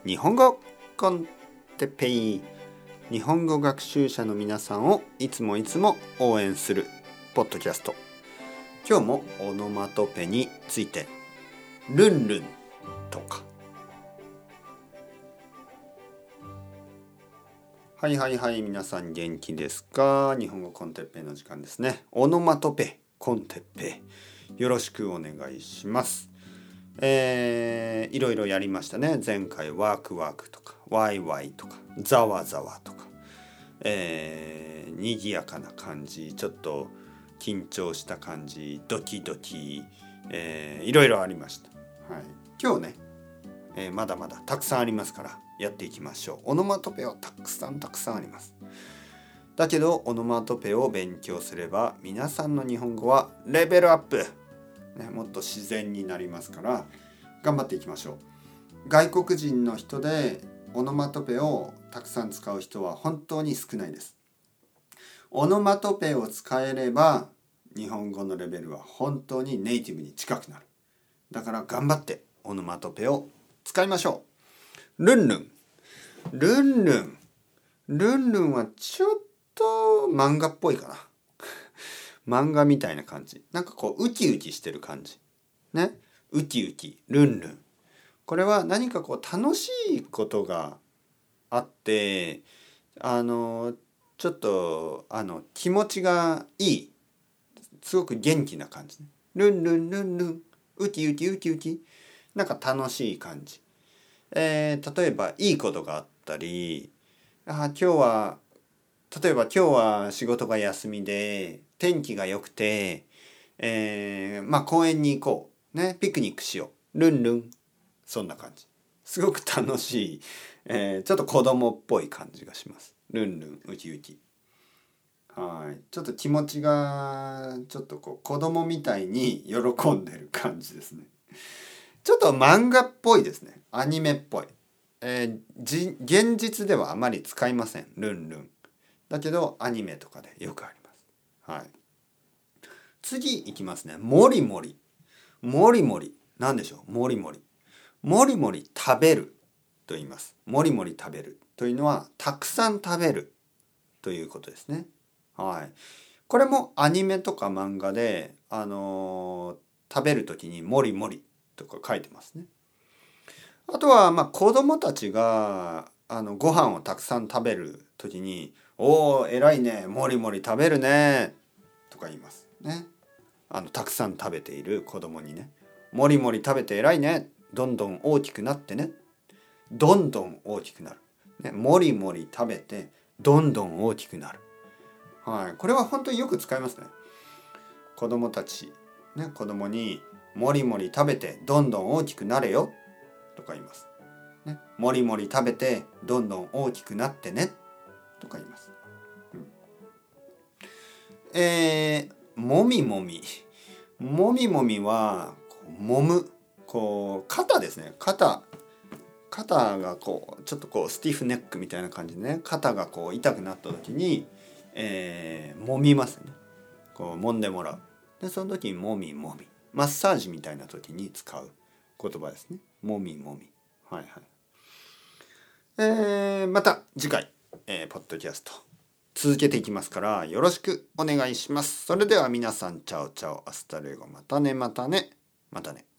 日本語コンテッペイ、日本語学習者の皆さんをいつも応援するポッドキャスト。今日もオノマトペについて、ルンルンとか、はい皆さん元気ですか？日本語コンテッペイの時間ですね。オノマトペコンテッペイ、よろしくお願いします。いろいろやりましたね。前回ワークとかワイワイとかざわざわとか、にぎやかな感じ、ちょっと緊張した感じ、ドキドキ、いろいろありました。はい、今日ね、まだまだたくさんありますからやっていきましょう。オノマトペはたくさんあります。だけどオノマトペを勉強すれば皆さんの日本語はレベルアップ、もっと自然になりますから頑張っていきましょう。外国人の人でオノマトペをたくさん使う人は本当に少ないです。オノマトペを使えれば日本語のレベルは本当にネイティブに近くなる。だから頑張ってオノマトペを使いましょう。ルンルンはちょっと漫画っぽいかな。漫画みたいな感じ。なんかこうウキウキしてる感じね。ウキルンルン。これは何かこう楽しいことがあってちょっと気持ちがいい、すごく元気な感じね。ルンルンウキウキ、なんか楽しい感じ。例えばいいことがあったり、今日は仕事が休みで天気が良くて、公園に行こうね、ピクニックしよう、ルンルン、そんな感じ。すごく楽しい、ちょっと子供っぽい感じがします。ルンルンウキウキ。はい、ちょっと気持ちがちょっとこう子供みたいに喜んでる感じですね。ちょっと漫画っぽいですね。アニメっぽい。現実ではあまり使いません、ルンルン。だけどアニメとかでよくあります。はい。次いきますね。もりもり。なんでしょう。もりもり食べると言います。もりもり食べるというのはたくさん食べるということですね。はい。これもアニメとか漫画で食べるときにもりもりとか書いてますね。あとは子供たちがご飯をたくさん食べるときに、おー偉いね、もりもり食べるねとか言いますね。たくさん食べている子供にね、もりもり食べて偉いね、どんどん大きくなってね、どんどん大きくなる、ね、もりもり食べてどんどん大きくなる。はい、これは本当によく使いますね。子供たちね、子供にもりもり食べてどんどん大きくなれよとか言います、ね、もりもり食べてどんどん大きくなってねとか言います。もみもみは揉む、こう肩ですね。肩がこうちょっとこうスティフネックみたいな感じでね、肩がこう痛くなった時に、揉みますね。こう揉んでもらう。でその時にもみマッサージみたいな時に使う言葉ですね。もみ。はい。また次回、ポッドキャスト続けていきますからよろしくお願いします。それでは皆さんチャオチャオ、アスタレゴ、またね。